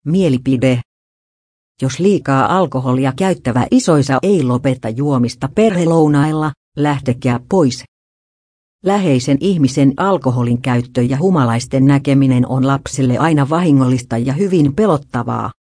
Mielipide. Jos liikaa alkoholia käyttävä isoisä ei lopeta juomista perhelounailla, lähtekää pois. Läheisen ihmisen alkoholin käyttö ja humalaisten näkeminen on lapsille aina vahingollista ja hyvin pelottavaa.